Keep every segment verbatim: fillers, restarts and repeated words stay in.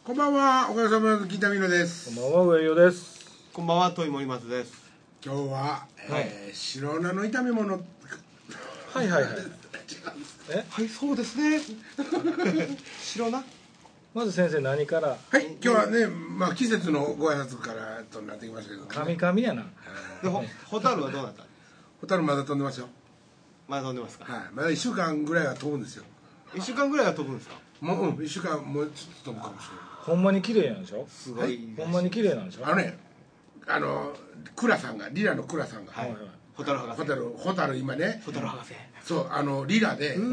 こんばんは、おかげさまで金田美乃です。 こんばんは、上与です。 こんばんは、戸井森松です。 今日は、えー、白菜の炒め物。 はいはいはい。 え、はい、そうですね。白菜。 まず先生何から。 はい、今日はね、まあ季節のご挨拶からとなってきましたけど、ね。 神々やな。 で、ほ、ホタルはどうなった。 ホタルまだ飛んでますよ。 まだ飛んでますか。 はい、まだ一週間ぐらいは飛ぶんですよ。 一週間ぐらいは飛ぶんですか。 もう、うん、一週間もうちょっと飛ぶかもしれない。 ほんまに綺麗なんでしょ。 すごい、はい、 ほんまに綺麗なんでしょ。 あのね、あの倉さんがリラの倉さんが、 はい、ホタル博士。 ホタルホタル今ね。 ホタル博士。 そうあのリラで、うん、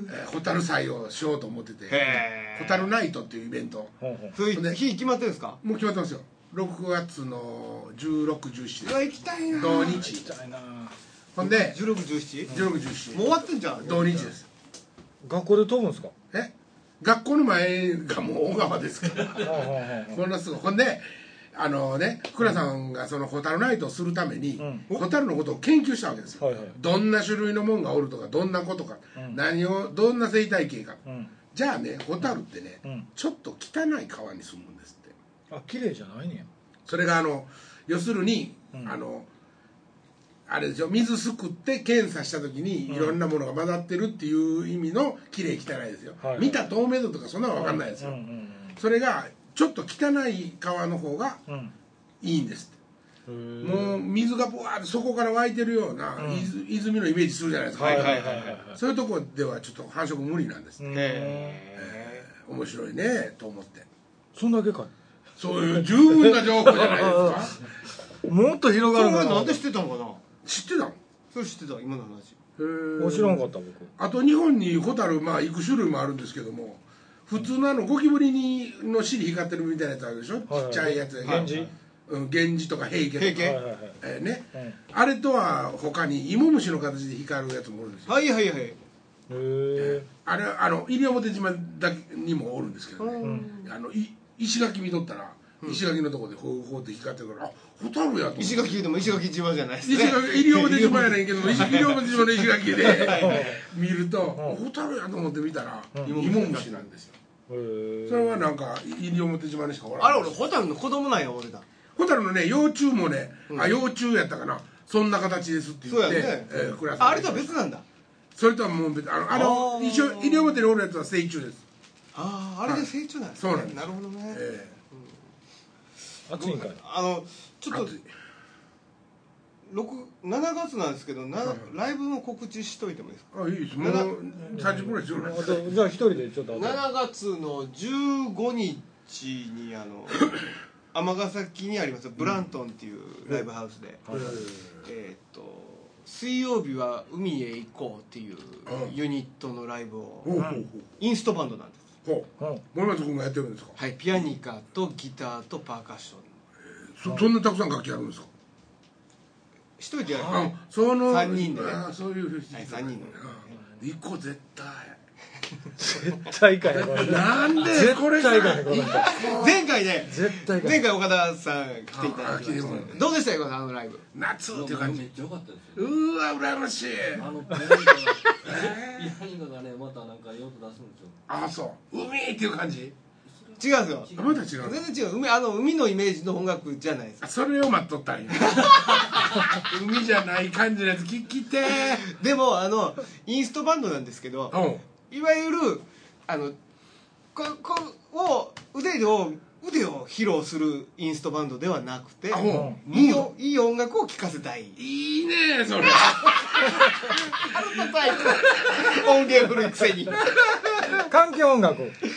えー、ホタル祭をしようと思ってて、ホタルナイトっていうイベント。 そういう日決まってるんですか。 もう決まってますよ。ろくがつのじゅうろく、じゅうしちで。 行きたいな。 同日。 行きたいな。 ほんでじゅうろく、じゅうしち。 じゅうろく、じゅうしち。 もう終わってんじゃん。 同日です。 学校で飛ぶんですか。 え？学校の前がもう小川ですからこんなすぐほんであのね倉さんがそのホタルナイトをするために、うん、ホタルのことを研究したわけですよ、はいはい、どんな種類のもんがおるとかどんなことか、うん、何をどんな生態系か、うん、じゃあねホタルってね、うん、ちょっと汚い川に住むんですって。 あ、綺麗じゃないねや。 それがあの要するに、うん、あのあれでしょ、水すくって検査した時にいろんなものが混ざってるっていう意味のきれい汚いですよ、はいはい、見た透明度とかそんなの分かんないですよ、うんうんうん、それがちょっと汚い川の方がいいんですって、うん、もう水がブワーってそこから湧いてるような、うん、泉のイメージするじゃないですか、はいはいはいはい、そういうとこではちょっと繁殖無理なんですって、えー、面白いねと思って。 そんだけかい。 そういう十分な情報じゃないですかもっと広がるかな。 なんで知ってたのかな。 知ってたの？ それ知ってた今の話。 へえ。知らんかった僕。 あと日本にホタルまあ幾種類もあるんですけども、普通のあのゴキブリにの尻光ってるみたいなやつあるでしょ、はいはい、ちっちゃいやつ。 源氏、 うん、源氏とか平家とか、 はいはいはい、 えー、ね、うん、あれとは他に芋虫の形で光るやつもおるんですよ。 はいはいはい。 へえ。 あれあの西表島だけにもおるんですけどね、うん、あのい石垣見とったら石垣のとこでほうほうって光ってるから、あ、ホタルやと。 石垣でも石垣島じゃないですね。 石垣西表島やねんけども西表島の石垣で見るとホタルやと思って見たら芋虫なんですよ。それはなんか西表島にしかおらん。 あれ俺ホタルの子供なんや思ってた。 ホタルのね幼虫もね、うん、あ幼虫やったかな、そんな形ですって言って。そうやね、えー、クラスあれとは別なんだ。 それとはもう別、あのあの西表におるやつは成虫です。 ああ、あれで成虫なんですね。 そうなんです。 なるほどね。えー暑いんかい。 あのちょっとろく、しちがつなんですけど、な、はい、ライブの告知しといてもいいですか。 あ、いいです。もうさんじゅっぷんぐらいしよう。 じゃあ一人でちょっと。 しちがつのじゅうごにちにあの尼崎にありますブラントンっていうライブハウスで、うん、えっと水曜日は海へ行こうっていうユニットのライブを、うん、インストバンドなんです。 ほう、森松君がやってるんですか。 はい、ピアニカとギターとパーカッション。 そ, そんなたくさん楽器あるんですか。 一人でやる。 あ、その三人でね。 あ、そういうふうに。 はい、三人の。 一個絶対。 絶対かよ。 なんでこれ。 絶対かよ。 前回ね。 絶対かよ。 前回岡田さん来ていただきました。どうでしたよ、あのライブ。 夏っていう感じ。 めっちゃ良かったですよ。 うわ、羨ましい。 あのピアニカが、ピアニカがね、またなんか用途出すんですよ。 あ、そう。海っていう感じ。 違うんですよ。 また違う。 全然違う。海、あの海のイメージの音楽じゃないですか。 それを待っとったんや。海じゃない感じのやつ聞きて。 でもあのインストバンドなんですけど、いわゆるあのここを腕を腕を披露するインストバンドではなくて、いいいい音楽を聴かせたい。 いいねそれ。 あるとタイプ。音源古いくせに。 環境音楽。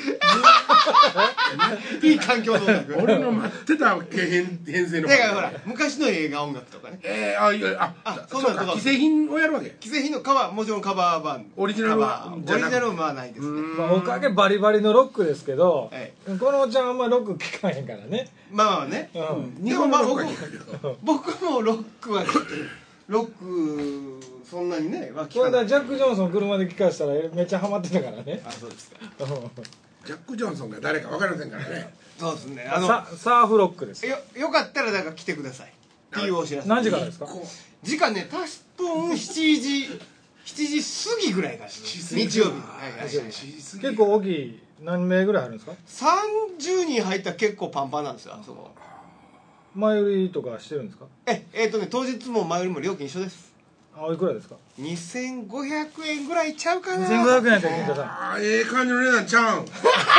いい環境の音楽。 俺の待ってた編編成の。 だからほら昔の映画音楽とかね。 ええ、あ、いや、あ、あ、そうか、既製品をやるわけ。 既製品のカバー、もちろんカバー版。 オリジナルはオリジナルはないですね。 まあおかげバリバリのロックですけど、このおちゃんあんまロック聴かへんからね。 まあまあね。でもまあ僕僕もロックはロックそんなにね。 これだジャック・ジョンソン車で聴かしたらめっちゃハマってたからね。 あ、そうですか。 ジャック・ジョンソンが誰か分かりませんからね。 そうですね。 あのサーフロックです。 よよかったらだから来てくださいっていうお知らせ。 何時からですか。 時間ね、多分しちじしちじ過ぎぐらいから日曜日、はいはい、 結構大きい。何名ぐらいあるんですか？ さんじゅうにん入ったら結構パンパンなんですよ。あそこ前売りとかしてるんですか？ ええー、とね当日も前売りも料金一緒です。 あ、いくらですか？ にせんごひゃくえんぐらいちゃうかな。 にせんごひゃくえんやったら金田さん、 あええ感じの値段ちゃうん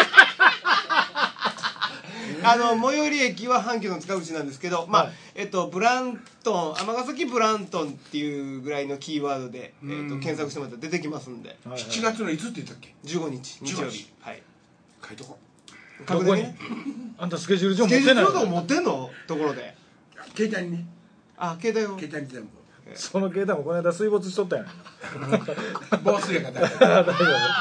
あの最寄り駅は阪急の塚口なんですけど、まあ、はい、えっとブラントン尼崎ブラントンっていうぐらいのキーワードで、えっと検索してもらったら出てきますんで、 はいはい、しちがつのいつって言ったっけ？ じゅうごにち日曜日。はい、 書いとこう。どこに？あんたスケジュール帳持ってない？スケジュール帳持ってんのところで携帯にね。 あ、携帯を携帯に全部その携帯もこの間水没しとったやん防水やから大丈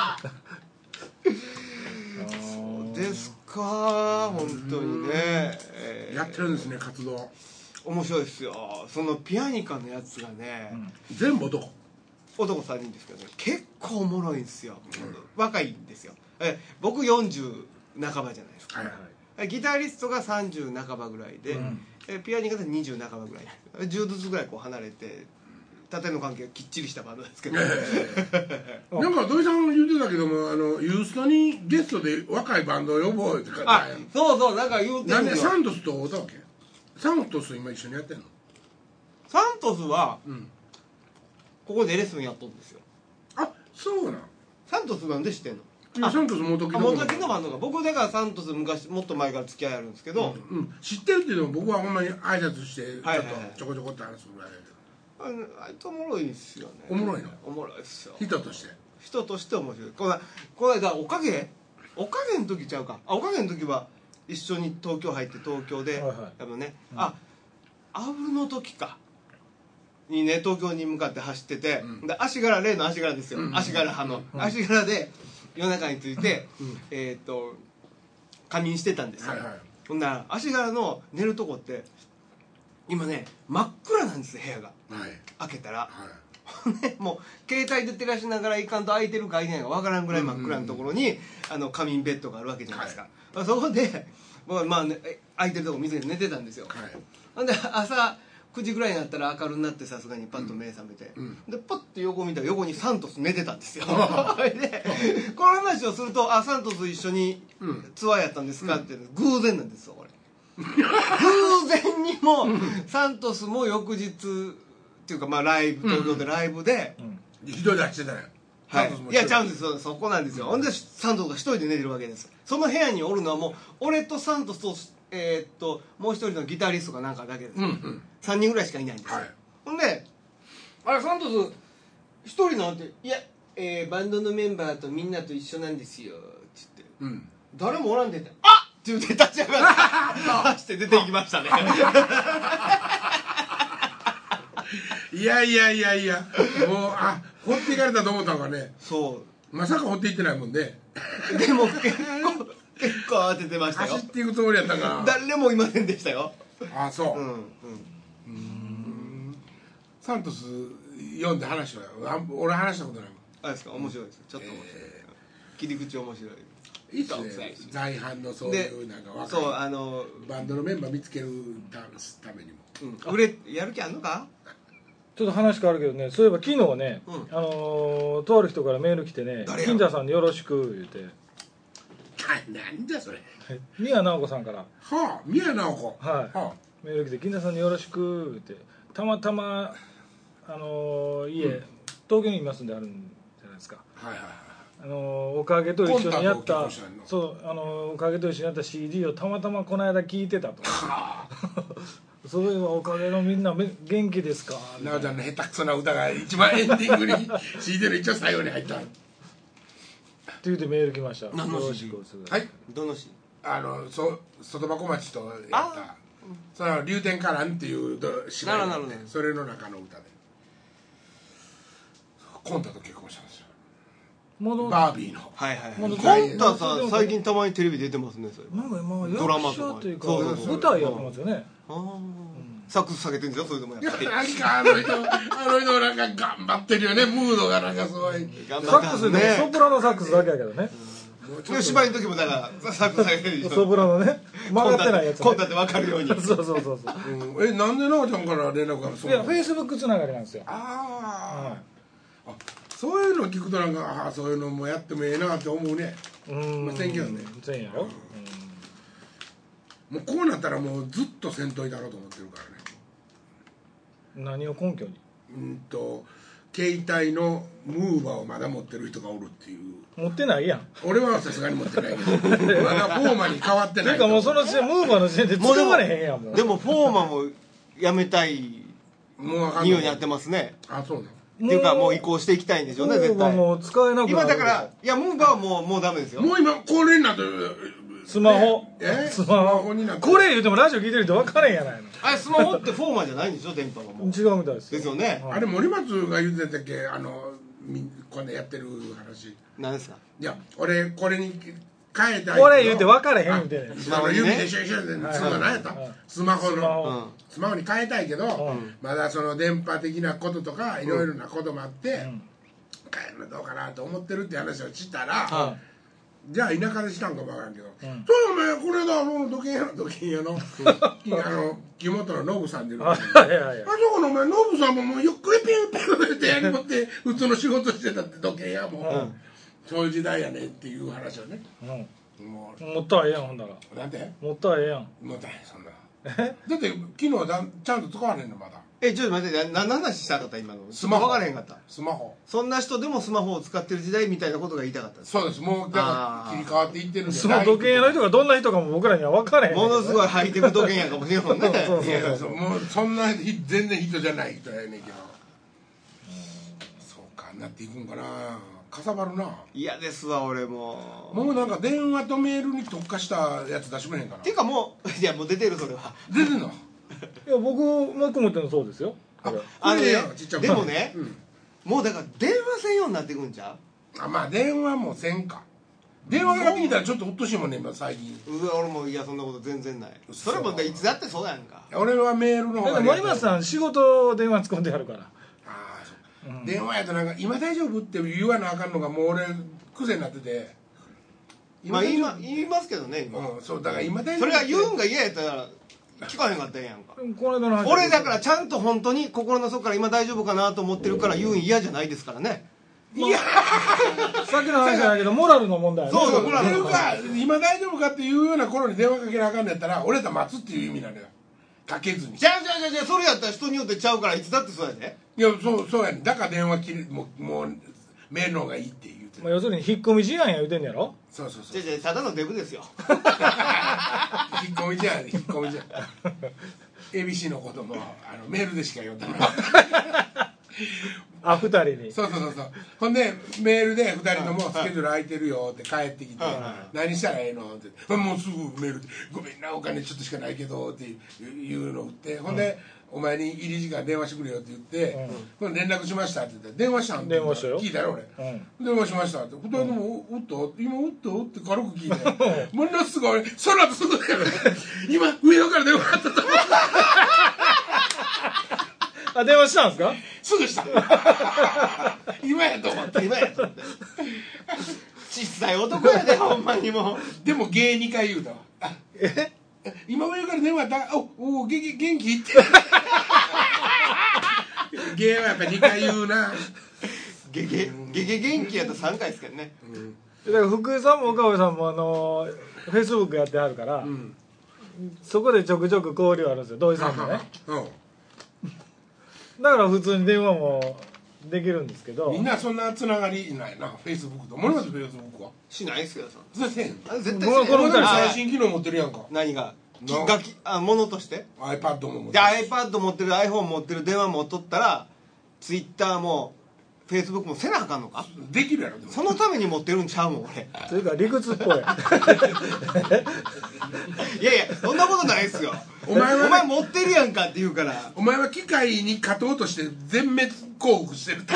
夫ですか。本当にね、 えー、やってるんですね活動。 面白いですよ。そのピアニカのやつがね、 うん、全部男男さんにんですけどね、結構おもろいんですよ、うん、若いんですよ。え僕よんじゅう半ばじゃないですか、はいはい、ギタリストがさんじゅう半ばぐらいで、うん、えピアニカでにじゅう半ばぐらい、じゅうずつぐらいこう離れて縦の関係がきっちりしたバンドですけど、 なんか土井さん言ってたけども、あのユーストにゲストで若いバンドを呼ぼうってあそうそうなんか言うてるの。 なんでサントスと会うたわけ？サントス今一緒にやってんの？ サントスは、うん、ここでレッスンやっとるんですよ。 あそうなん。 サントスなんで知ってんの？ あサントス元木の元木のバンドが僕だからサントス昔もっと前から付き合いあるんですけど、 うんうん、知ってるっていうのも僕はほんまに挨拶してちょっとちょこちょこって話するぐらいだけど、 あいつおもろいですよね。 おもろいの？ おもろいですよ。 人として人として面白い。このこの間おかげおかげの時ちゃうか。あおかげの時は一緒に東京入って東京で、はいはい、多分ね、うん、あアウルの時かにね東京に向かって走ってて、うん、で足柄例の足柄ですよ、うん、足柄派の、うん、足柄で夜中に着いて、うん、えっと仮眠してたんですよ、はいはい、ほんなら足柄の寝るとこって今ね真っ暗なんです部屋が、はい、開けたら、はいね、もう携帯で照らしながらいかんと空いてるか空いてないか分からんぐらい真っ暗なところに、うんうんうん、あの仮眠ベッドがあるわけじゃないですか、はい、そこで僕はまあ、ね、空いてるとこ見つけて寝てたんですよ、はい、ほんで朝くじぐらいになったら明るになってさすがにパッと目覚めて、うん、でパッと横見たら横にサントス寝てたんですよでこの話をすると「あサントス一緒にツアーやったんですか?」って、うん、偶然なんですよこれ偶然にもサントスも翌日っていうかまあライブ東京でライブで、 うんうん、一人で走ってたよ。 はい、いやちゃうんですよそこなんですよ、うん、ほんでサントスが一人で寝てるわけです。その部屋におるのはもう俺とサントスとえー、っともう一人のギタリストかなんかだけです、うんうん、さんにんぐらいしかいないんですよ、はい、ほんで「あれサントス一人なんていや、えー、バンドのメンバーとみんなと一緒なんですよ」って言って、うん、誰もおらんでって「あっ!」って言って立ち上がって走って出ていきましたねいやいやいやいやもうあ放っていかれたと思ったのがね、 そうまさか放っていってないもんねでも結構結構慌ててましたよ。 走っていくつもりやったが誰もいませんでしたよ。 ああそう、うんうん、うんサントス読んで話は俺話したことないもん。 あれですか面白いですちょっと面白い、えー、切り口面白いいいっすね在阪のそういうなんか若いそうあのバンドのメンバー見つけるためにも、 うん、売れやる気あんのか。 ちょっと話変わるけどね、そういえば昨日ね、うん、あのー、とある人からメール来てね「金田さんによろしく」言うてなんだそれ宮直子さんからはあ宮直子はい、はあ、メール来て「金田さんによろしく」ってたまたまあのー、家、うん、東京にいますんであるんじゃないですか。はいはいはい。あのー、おかげと一緒にやったそうあのー、おかげと一緒にやった シーディー をたまたまこの間聞いてたとそれはおかげのみんな元気ですかなおちゃんの下手くそな歌が一番エンディングに シーディー の一番最後に入ったって言うてメール来ました。 何の詩？ はいどの詩？ あのそ外箱町とやったその龍天花蘭っていう詩があってそれの中の歌でコンタと結婚したんですよバービーのはいはいはいコンタさん最近たまにテレビ出てますねそれなんか今ドラマとかいうか舞台やってますよね。ああサックス下げてるんですよそれでもやっぱりなんかあの人あの人なんか頑張ってるよねムードがなんかすごいサックスねソプラノサックスだけやけどね芝居の時もだからサックス下げてるソプラノね曲がってないやつコンタって分かるようにそうそうそうそう、 うん、えなんでなおちゃんから連絡がいやフェイスブックつながりなんですよ。 ああ、 はいあそういうの聞くとなんかああそういうのもやってもええなって思うね。 うんまあせんけどね。 せんやろ、 うん、もうこうなったらもうずっとせんといたろうと思ってるからね。 何を根拠に？ うんと携帯のムーバーをまだ持ってる人がおるっていう。 持ってないやん。 俺はさすがに持ってないけどまだフォーマに変わってない。 ていうかもうその時点ムーバーの時点で使われへんやんもう。 でもフォーマもやめたい匂いになってますね。 あそうなの。 っていうかもう移行していきたいんでしょうね絶対。 ムーバーも使えなくなる。 今だからいやムーバーはもうもうダメですよ。 もう今これになってる。 スマホ、 えスマホになってこれ言うてもラジオ聞いてる人分からへんやないの。 あれスマホってフォーマーじゃないんでしょ電波がもう。 違うみたいですですよね。 あれ森松が言ってたっけあのみこんなやってる話。 何ですか。 いや俺これに変えたい。 これ言うて分からへんみたいな。 スマホ指でシュシュってするの何やったスマホのスマホに変えたいけどまだその電波的なこととかいろいろなこともあって変えるのどうかなと思ってるって話をしたらじゃあ田舎でしたんかもわからんけどそうお前これだあの土建屋の土建屋のあの木本のノブさんでいるあそこのお前ノブさんももうゆっくりピューピューってやりもって普通の仕事してたって土建屋もそういう時代やねっていう話をねもったらええやんほんだら。 なんてもったらええやん。 もったいそんなだって昨日だちゃんと使われんのまだえちょっと待って何の話したかった今の。 スマホ分からへんかった。 スマホそんな人でもスマホを使ってる時代みたいなことが言いたかったです。 そうですもうだから切り替わっていってるんでその土建屋の人がどんな人かも僕らには分からへん。 ものすごいハイテク土建屋かもしれんもんね。 そうそういやそうもうそんな全然人じゃない人やねんけどそうかなっていくんかなかさばるな。 嫌ですわ俺ももうなんか電話とメールに特化したやつ出してくれへんかな。 っていうかもういやもう出てるそれは出てんの。 いや僕マック持ってるのそうですよ。 ああのねちっちゃいでもね、 うん、 もうだから電話専用になってくんちゃう。 あまあ電話もせんか。電話がかかってきたらちょっとうっとしいもんね今最近。 うわ俺もいやそんなこと全然ない。それもいつだってそうやんか。 俺はメールの方が森松さん仕事電話使ってはるから。 ああそう、うん、電話やとなんか今大丈夫って言わなあかんのがもう俺癖になってて。 まあ言いま言いますけどね今。 うんそうだから今大丈夫。 それが言うんが嫌やったら聞かへんかったらええやんか。 この間の話俺だからちゃんと本当に心の底から今大丈夫かなと思ってるから言うん嫌じゃないですからね。 いやさっきの話じゃないけどモラルの問題やね。 そうそうモラルが今大丈夫かっていうような頃に電話かけなあかんのやったら俺ら待つっていう意味なのよ。かけずに。 じゃあじゃあじゃあじゃあそれやったら人によってちゃうからいつだってそうやで。 いやそうそうやねん。だから電話切るもうもうメールの方がいいって言うてまあ要するに引っ込み思案や言うてんねやろ。 そうそうそうじゃあじゃあただのデブですよ。 引っ込みじゃん引っ込みじゃんエービーシー のこともあのメールでしか読んでないあ二人にそうそうそうそうほんでメールでふたりともスケジュール空いてるよって帰ってきて何したらええのってもうすぐメールでごめんなお金ちょっとしかないけどっていうのを打ってほんでお前に入り時間電話してくれよって言って「連絡しました」って言って「電話したん?」って聞いたよ俺「電話しました」って「ふたりとも打った今打った?」って軽く聞いてものすごいその後すぐ今上野から電話あったと思うあ電話したんですかすぐした今やと思って今やと思って小さい男やでほんまにもうでも芸にかい言うたわえ今上から電話あったおお元気元気って芸はやっぱりにかい言うなゲゲゲゲ元気やとさんかいですけどね、 うん、だから福井さんも岡部さんもあのフェイスブックやってはるから、うん、そこでちょくちょく交流あるんですよ土井さんとねうんだから普通に電話もできるんですけどみんなそんなつながりないなフェイスブックと森松フェイスブックはしないですけどそれせえへん絶対せえへんこのふたり最新機能持ってるやんか何が楽器あ物として iPad も持ってるで iPad 持ってる iPhone 持ってる電話も取ったら Twitter も Facebook もせなあかんのかできるやろそのために持ってるんちゃうもん俺それから理屈っぽいいやいやそんなことないっすよお前は、ね、 お前持ってるやんかって言うからお前は機械に勝とうとして全滅降伏してる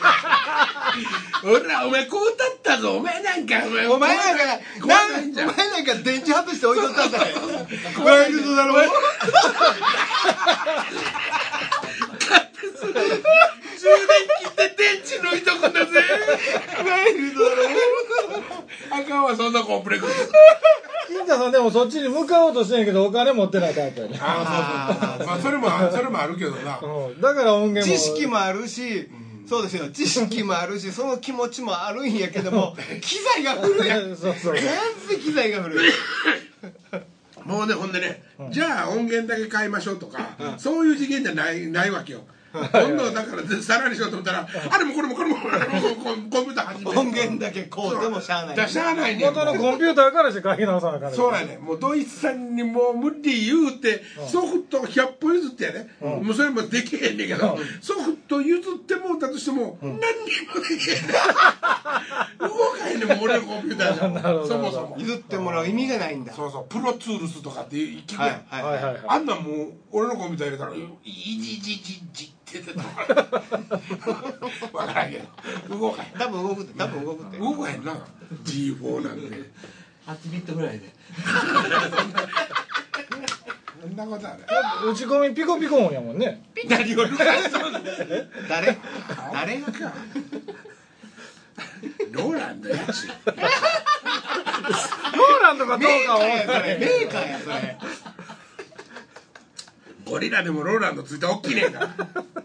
俺らお前こう立ったぞお前なんかお前お前なんかなんお前なんか電池外して置いとったんだよワイルドだろ充電切って電池抜いとくんだぜワイルドだろあかんわそんなコンプレックス金太さんでもそっちに向かおうとしてんけどお金持ってないタイプやねああそうそうそうまあそれもそれもあるけどな、 うん、だから音源も知識もあるし、 そうですよ、知識もあるしその気持ちもあるんやけども機材が古いやんそうそう全然機材が古いもうね、ほんでね、うん、じゃあ音源だけ買いましょうとか、うん、そういう次元じゃないないわけよ。今度だからさらにしようと思ったらあれもこれもこれもコンピューター始めて音源だけこうでもしゃあないしゃあないね元のコンピューターからして書き直さなあかんね。 そうやね、もうドイツさんにもう無理言うて、うん、ソフトひゃっぽ譲ってやね、うん、もうそれもできへんねんけど、うん、ソフト譲ってもうたとしても、うん、何にもできへん動かへんねんもん俺のコンピューターじゃそもそも譲ってもらう意味がないんだ。 そうそう、プロツールスとかって聞くやん、はいはいはいはい、あんなんもう俺のコンピューター入れたらいじじじじって分からんけど動かへん。 多分動くって多分動くって動かへんな ジーフォー なんてはちビットぐらいでそんなことある。 打ち込みピコピコ音やもんね。 何を抜かしそうだ誰誰がかローランドやしローランドかどうかはメーカーやそれメーカーやそれゴリラでもローランドついて大きいねんから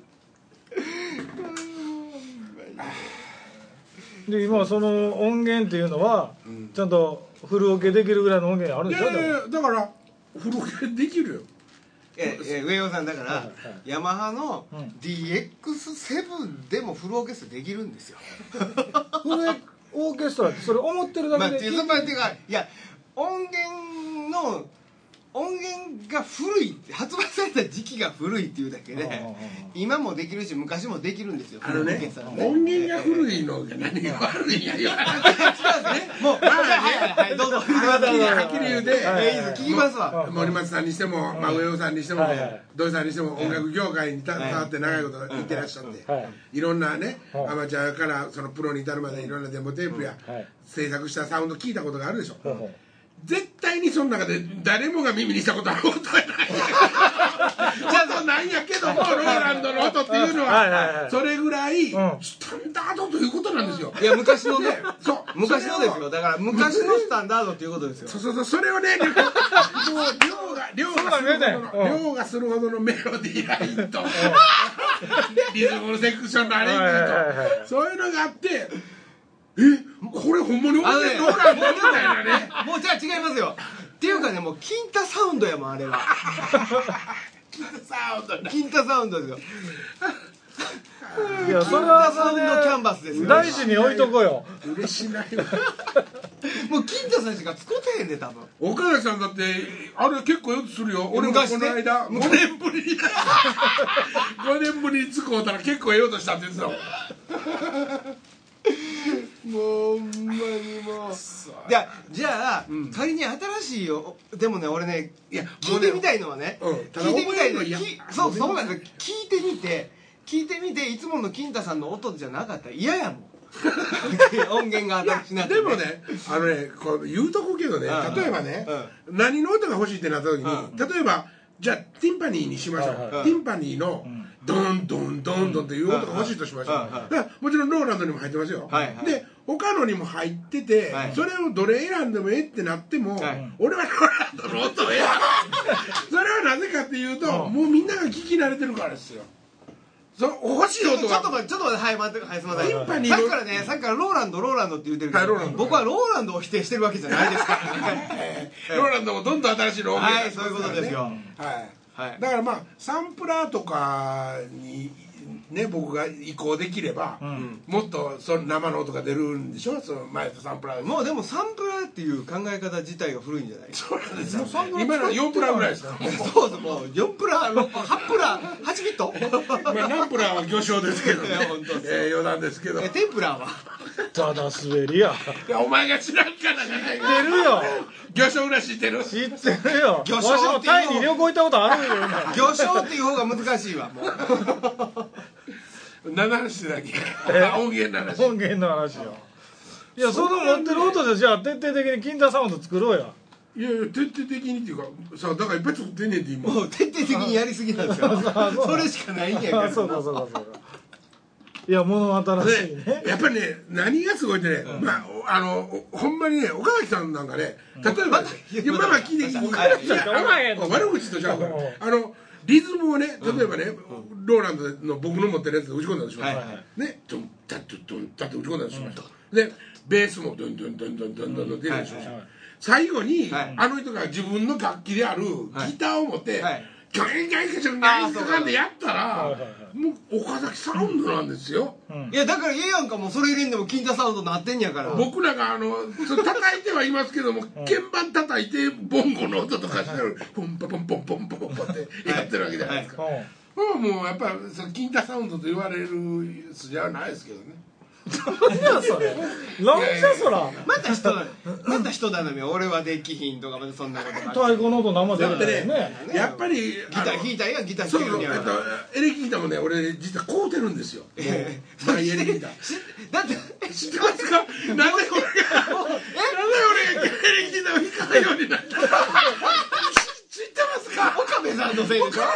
で今その音源っていうのは、うん、ちゃんとフルオケできるぐらいの音源あるんでしょ。 いやいやだからフルオケできるよ。 ええ上尾さんだから、はいはい、ヤマハの ディーエックスセブン でもフルオーケストラできるんですよフルオーケストラってそれ思ってるだけで、 まあ、っていうかいや音源の音源が古い発売された時期が古いっていうだけで今もできるし昔もできるんですよ。 あのね音源が古いのが何が悪いんやよもうはいはいどうぞはっきり言うて聞きますわ。 森松さんにしても上尾さんにしても土井さんにしても音楽業界に携わって長いこと言ってらっしゃっていろんなねアマチュアからそのプロに至るまでいろんなデモテープや制作したサウンド聞いたことがあるでしょ。絶対にその中で誰もが耳にしたことある音はないことなんやけどもローランドの音っていうのはそれぐらいスタンダードということなんですよ。 いや昔のねそう昔のですよ。だから昔のスタンダードっていうことですよ。 そうそうそうそれをねもう量が量がするほどのメロディーラインとリズムのセクションのアレンジとそういうのがあってえこれほんまに音源ローランドみたいなねもうじゃあ違いますよっていうかねもうキンタサウンドやもんあれはキンタサウンドキンタサウンドですよ。 いやそれはサウンドキャンバスですよ。 大事に置いとこうよ。 嬉しないわもうキンタさんしか使ってへんで多分。 岡崎さんだってあれ結構よくするよ。俺もこの間ごねんぶりにごねんぶりに使うたら結構ええ音したって言ってたもんもうほんまにもうじゃあじゃあ、うん、仮に新しいよでもね俺ねいや聞いてみたいのはね、うん、聞いてみたいのそうそうなんです聞いてみて聞いてみていつもの金太さんの音じゃなかったら嫌やもん音源が新しいなって、 ね、でもねあのねこう言うとこけどね例えばね、うん、何の音が欲しいってなった時に、うん、例えばじゃあティンパニーにしましょう、はいはい、ティンパニーの、うんドンドンドンドンっていう音が欲しいとしましょう。だからもちろんローランドにも入ってますよ。はいはい、で他のにも入ってて、はい、それをどれ選んでもええってなっても、はい、俺はローランドの音を選ぶそれはなぜかっていうと、うん、もうみんなが聞き慣れてるからですよ。そ欲しい音がちょっと待ってちょっと待ってはい待ってはいすみません。 ティンパニーさっきからねさっきからローランドローランドって言ってるけど、はい、僕はローランドを否定してるわけじゃないですから、 ローランドもどんどん新しいの音源が、はいそういうことですよ。 はいはい、だからまあサンプラーとかにね僕が移行できれば、うん、もっとその生の音が出るんでしょその前とサンプラーもうでもサンプラーっていう考え方自体が古いんじゃないですか。 そうなんですよ今のよんプラーぐらいですからそうそうもうよんプラーはちプラーはちビットまあ何プラーは魚醤ですけどねえー、余談ですけどえ天ぷらはただ滑りやいやお前が知らんから知ってるよ魚醤ぐらい知ってる知ってるよ魚醤もタイに旅行行ったことあるよ魚醤っていう方が難しいわもう何の話だっけ音源の話音源の話よ。いやその持ってる音でじゃあ徹底的にキンタサウンド作ろうや。 いやいや徹底的にっていうかさだからいっぱい作ってんねんって今もう徹底的にやりすぎなんですよそれしかないんやからそうかそうかそうかいや物新しいねやっぱりね何がすごいってね、うん、まああのほんまにね岡崎さんなんかね例えば、うん、いやまあまあ聞いて聞いて悪口とちゃうからあのリズムをね、例えばね、ローランドの僕の持ってるやつで打ち込んだとしますね、ドンタッドンタッと打ち込んだとしますでベースもドンドンドンドンドンドンドン出るでしょ。最後にあの人が自分の楽器であるギターを持ってガンガンガンガンガンガンってやったらもう岡崎サウンドなんですよ。 いやだからええやんか、もうそれ入れんでも金太サウンドなってんやから。 僕らがあの叩いてはいますけども鍵盤叩いてボンゴの音とかしてるポンポンポンポンポンポンポンってやってるわけじゃないですか。もうやっぱり金太サウンドと言われる筋合いはないですけどね。 何やそれ、何じゃそら。 また人また人頼み、俺はできひんとかまたそんなことばっか太鼓の音生でやってね。やっぱりギター弾いたんや、ギター弾けるんや。 エレキギターもね、俺実は買うてるんですよ。マイエレキギターだって知ってますか。なんで俺がなんで俺がエレキギターを弾かないようになったか知ってますか。 岡部さんのせいでしょ。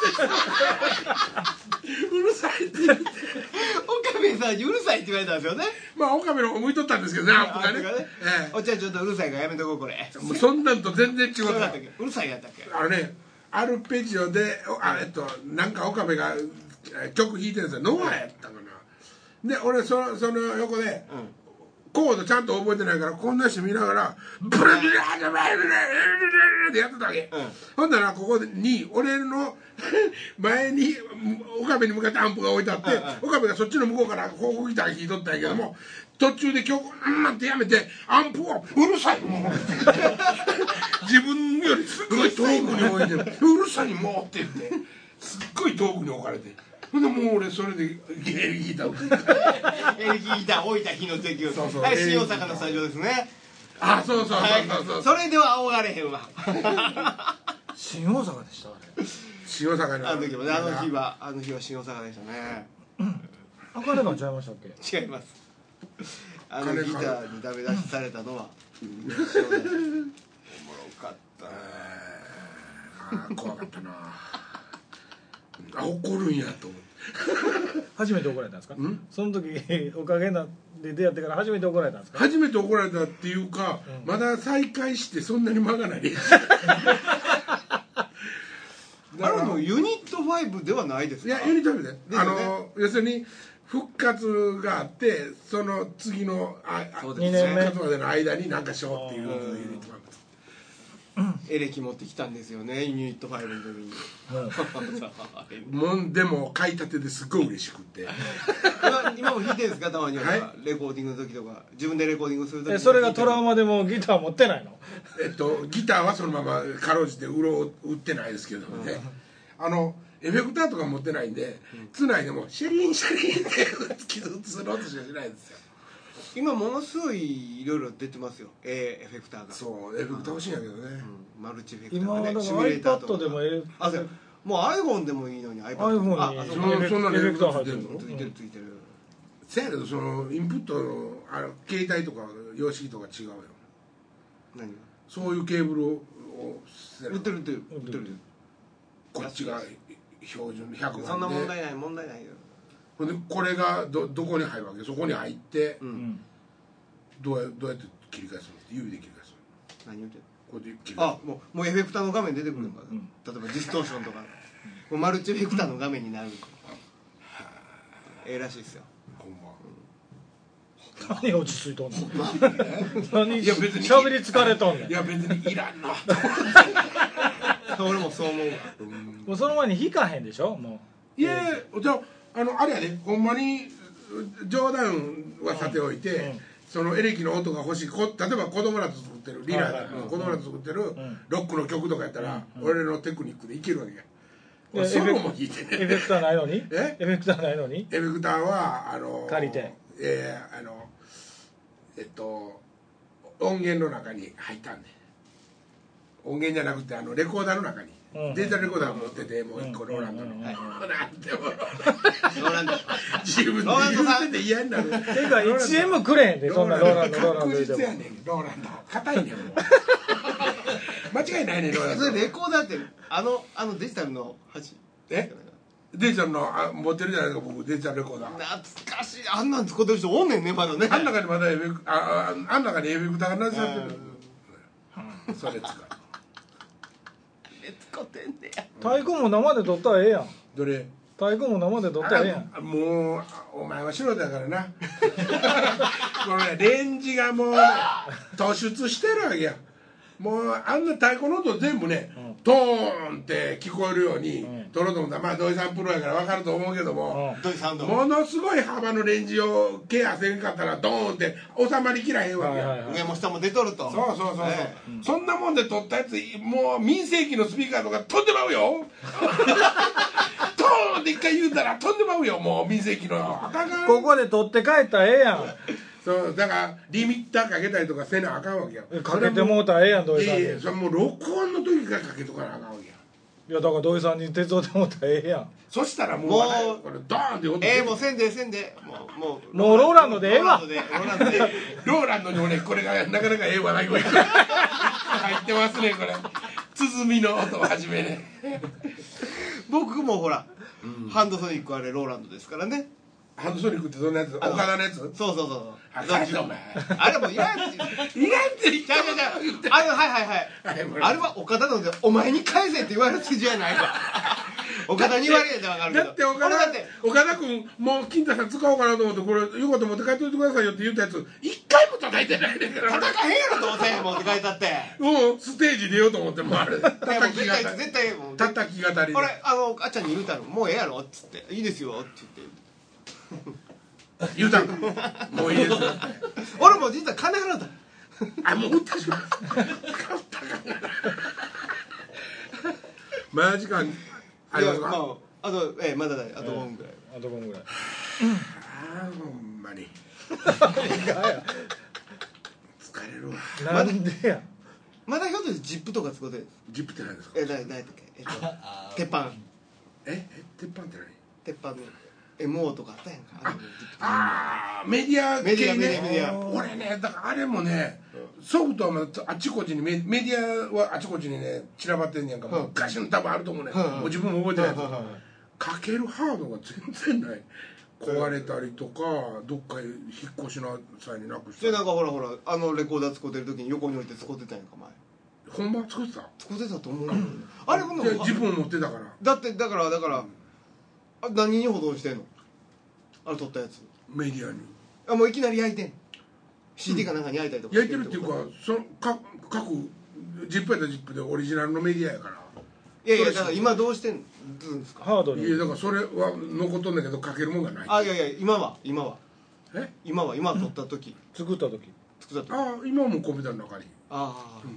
うるさいって言って岡部さんにうるさいって言われたんですよね。 まあ岡部の方向いとったんですけどね、アップがね。 おっちゃんちょっとうるさいからやめとこうこれ。 もうそんなんと全然違う。 うるさいやったっけ。 あのね、アルペジオであえっとなんか岡部が曲弾いてるんですよ。ノアやったかな。で俺そのその横でコードちゃんと覚えてないからこんな人見ながらブルブルブルブルブルってやってたわけ。ほんならここに俺の前に岡部に向かってアンプが置いてあって岡部がそっちの向こうからこうギター弾いとったんやけども途中で曲うんってやめてアンプをうるさいもう自分よりすっごい遠くに置いてるうるさいもうって言ってすっごい遠くに置かれてほんでもう俺それでエレキギターをエレキギター置いた日の出来事。はい、新大阪のスタジオですね。 あ、そうそうそうそうそう。 それでは仰がれへんわ。 新大阪でしたあれ。 新大阪にあの時もね、あの日はあの日は新大阪でしたね。 あかねばちゃいましたっけ。 違います。あのギターにダメ出しされたのはおもろかった。 ああ怖かったな。あ怒るんやと思って。 初めて怒られたんですか。その時おかげなで出会ってから初めて怒られたんですか。 初めて怒られたっていうか、うん、まだ再会してそんなに間がない。 あれもユニットファイブではないですか。 いやユニットファイブで、ね、あの要するに復活があってその次のあそうですね、にねんめ復活までの間に何かしようっていうユニットファイブ。 エレキ持ってきたんですよねユニットファイブの時に。 もんでも買いたてですごい嬉しくて今, 今も弾いてるんですかたまには、はい、レコーディングの時とか自分でレコーディングする時。 えそれがトラウマでもギター持ってないの。 えっとギターはそのままかろうじて売ろう売ってないですけどね、うん、あのエフェクターとか持ってないんで、うん、つないでもシャリンシャリンって傷つろうとしかしないですよ。 今ものすごいいろいろ出てますよ、えー、エフェクターが。 そうエフェクター欲しいんやけどね、 うん、マルチエフェクターがね。 今はだから iPad でもエフあもう iPhone でもいいのに iPhone にあそのそんなエフェクター入ってるの。ついてるついてる。 せやけどそのインプットのあの携帯とか様式とか違うよ。 何が。 そういうケーブルを売ってる売ってる売ってる。 こっちが標準ひゃくまんでそんな問題ない問題ないよ。 ほんでこれが ど, どこに入るわけ。そこに入って、うん、どうやどうやって切り返すのって指で切り返すの。 何言ってんの。 こうやって切り返す。 あもうもうエフェクターの画面出てくるのかな、うんうん、例えばディストーションとかもうマルチエフェクターの画面になる。ええらしいですよ。 ほんま。 何落ち着いとんの。何いや別に喋り疲れとんねん。 いや別にいらんな。 俺もそう思うわ。 もうその前に弾かへんでしょもう。いやじゃああのあれやねほんまに冗談はさておいて、うんうん、そのエレキの音が欲しいこ例えば子供らと作ってるリラーの子供らと作ってるロックの曲とかやったら、うん、俺のテクニックでいけるわけや。俺ソロも弾いてね。 エフェクターないのに。えエフェクターないのに。 エフェクターはあの借りてえー、あのえっと音源の中に入ったんで音源じゃなくてあのレコーダーの中に、うん、デジタルレコーダー持っててもう一個ローランドの、うん、なんでもローランド自分で言ってて嫌になる。ていうかいちえんもくれへんでそんなローランドローランド確実やねんローランド硬いねんもう間違いないねんローランド。 それレコーダーってあのあのデジタルの端えデジタルのあ持ってるじゃないですか僕デジタルレコーダー。 懐かしいあんなん使ってる人おんねんねまだね。 あん中にまだエフェクあああん中にエフェクターがなさってる。それ使う。 こてんねや。 太鼓も生で撮ったらええやん。 どれ太鼓も生で撮ったらええやん。 もうお前は素人だからなこのねレンジがもう、ね、突出してるわけや。もうあんな太鼓の音全部ね、うん、トーンって聞こえるように、うん、撮ろうと思ったらまあ土井さんプロやから分かると思うけども、うん、ものすごい幅のレンジをケアせんかったらドーンって収まりきらへんわけや、 はいはいはい、上も下も出とると。 そうそうそうそう、ね、そんなもんで撮ったやつもう民生機のスピーカーとか飛んでまうよトーンって一回言うたら飛んでまうよもう民生機のここで撮って帰ったらええやん。 そうだからリミッターかけたりとかせなあかんわけや。 かけてもうたらええやん土井さんに。いやいやそれもう録音の時からかけとかなあかんわけや。 いやだから土井さんに手伝ってもうたらええやん。 そしたらもうもうこれドーンって音ええー、もうせんでせんでもうもうもうローランドでええわ。 ローランドでローランドにもねこれがなかなかええわなこれ入ってますねこれ鼓の音をはじめね僕もほら、うん、ハンドソニックあれローランドですからね。 ハンドソニックってどんなやつ？岡田のやつ？ そうそうそう。 あれお前。 あれもいらんって。いらんって言っちゃうじゃん。あれはいはいはい。あれは岡田なのでお前に返せって言われる筋じゃないか。岡田に言われへんで分かるけど。 だって岡田だって岡田君もう金太さん使おうかなと思ってこれよかった持って帰っておいてくださいよって言ったやつ一回も叩いてないねんから。 叩かへんやろどうせ持って帰ったって。 うんステージ出ようと思ってもあれ叩き語り。 絶対叩き語り。 俺あのあっちゃんに言うたのもうええやろっつっていいですよって言って。 言うたんかもういいですよ俺も実は金払うたあもう売ったしまった買ったかまだ時間ありますか？ まああとえまだだあとごふんぐらい、 あとごふんぐらいああほんまに疲れるわ。 なんでやまだひょっとしてジップとか使ってるんです。 ジップって何ですか？ え何何やったっけえっと鉄板ええ鉄板って何？ 鉄板のエムオー とかあったやんか。 ああメディア系ね。 メディアメディア俺ねだからあれもねソフトはまだあっちこっちにメメディアはあっちこっちにね散らばってんねやんか、うん、昔の多分あると思うね、うん、もう自分も覚えてないやつ、うん、かけるハードが全然ない。壊れたりとかどっかへ引っ越しの際になくしたでなんかほらほらあのレコーダー使ってる時に横に置いて使ってたやんか前。本番作ってた？ 使ってたと思う、うん、あれも自分持ってたから。 だってだからだから、うんあ何に保存してんの？あれ撮ったやつメディアに。 あもういきなり焼いてん シーディー かなんかに焼いたりとか焼いてるっていうかそのか各ジップやったらジップでオリジナルのメディアやから。 いやいやだから今どうしてんですか？ ハードに。 いやだからそれは残っとんだけどかけるもんがない。 あいやいや今は今はえ今は今撮った時、 うん、作った時作った時ああ今はもうコンピューターの中に。 ああ、 うん、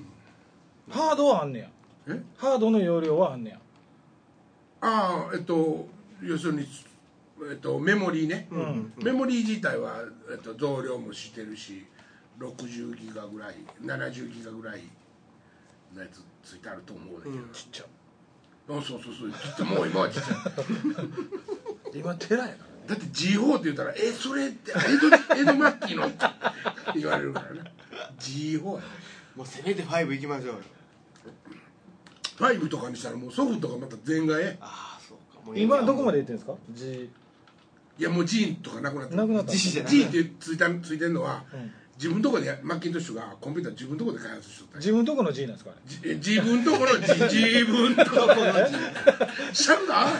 ハードはあんねや。 えハードの容量はあんねや。 ああえっと要するに、えっと、メモリーね、うん、メモリー自体は、えっと、増量もしてるしろくじゅうギガぐらいななじゅうギガぐらいのやつついてあると思うねんけど、うん、 ちっちゃあそうそうそうちっちゃもう今はちっちゃ今テラやからだって ジーフォー って言ったら「えそれって江戸江戸末期の?」って言われるからね ジーフォー やもうせめてファイブいきましょうよ。 ファイブとかにしたらもうソフトがまた全外へ。 ああそうか。 もう今どこまでいってんですか G？ いやもう G とかなくなってなくなった G ってついたついてんのは、うん、自分とこでマッキントッシュがコンピューター自分とこで開発しとった自分とこの G なんですかね。 自分とこの G 自分とこの G しゃるだ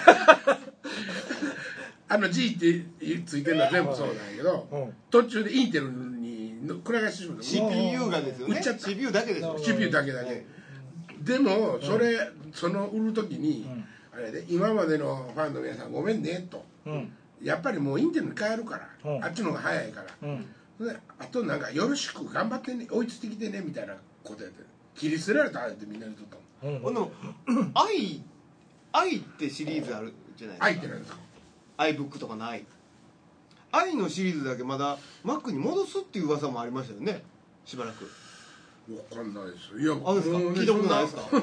あの G ってついてるのは全部そうなんやけど、うん、途中でインテルにくら替えしてしまったシーピーユー がですよね。 売っちゃったシーピーユー だけですよ。 シーピーユー だけだけ、うん、でもそれ、うん、その売る時に、うん、あれで今までのファンの皆さんごめんねと、うん、やっぱりもうインテルに変えるから、うん、あっちの方が早いから、うん、であとなんかよろしく頑張ってね追いついてきてねみたいなことやって切り捨てられたってみんな言っとったもん、 うん、でも愛愛ってシリーズあるじゃないですか。 愛って何ですか？ iBook とかの愛愛のシリーズだけまだ Mac に戻すっていう噂もありましたよねしばらく。 わかんないですよ。いやあるんですか？聞いたことないですか？ で、うん、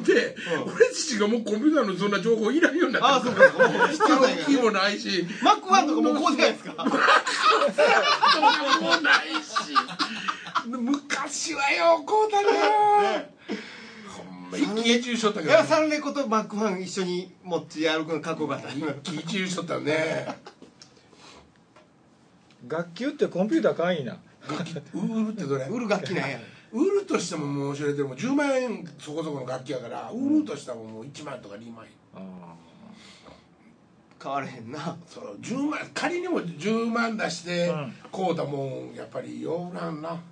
俺自身がもうコンピューターのそんな情報いらんようになってる。 ああそうかもう必要ない気もないしマックワンとかもうこうじゃないですか。 マックワンとかもないし昔はよこうだねほんま一喜一憂しとったけど、ね、 いやサンレコとマックワン一緒に持ち歩くの覚悟があった。 一喜一憂しとったね楽器売ってコンピューター買いな。 売るってどれ？ 売る楽器なんや。 売るとしてももう知れてるもうじゅうまんえんそこそこの楽器やから売るとしたらもういちまんとかにまんえん、 あ変われへんな。 そうじゅうまん仮にもじゅうまん出して買うたもんやっぱりようらんな。 あ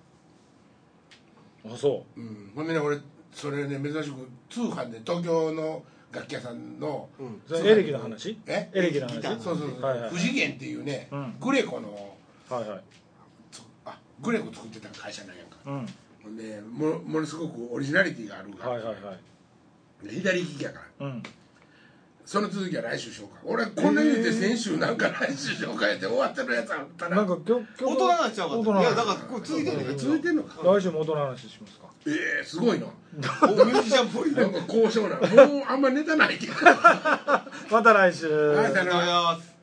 そう、 うん、ほんでね俺それね珍しく通販で東京の楽器屋さんの、 うん、それエレキの話えエレキの話そうそうそう、はいはい、富士源っていうね、うん、グレコの、 はいはい、 あグレコ作ってた会社なんやんか、うんほんで も, ものすごくオリジナリティがある楽器、はいはいはい、左利きやから、うん、その続きは来週しようか。俺こんな言うて先週なんか来週しようかやって終わってるやつあったらなんか今日大人話しちゃうかった。いやだからこれ続いてるの続いてんのか。 来週も大人話しますか。 ええー、すごいな。 ミュージシャンっぽいなんか高尚な。もうあんまネタないけどまた来週。 はい、さよなら。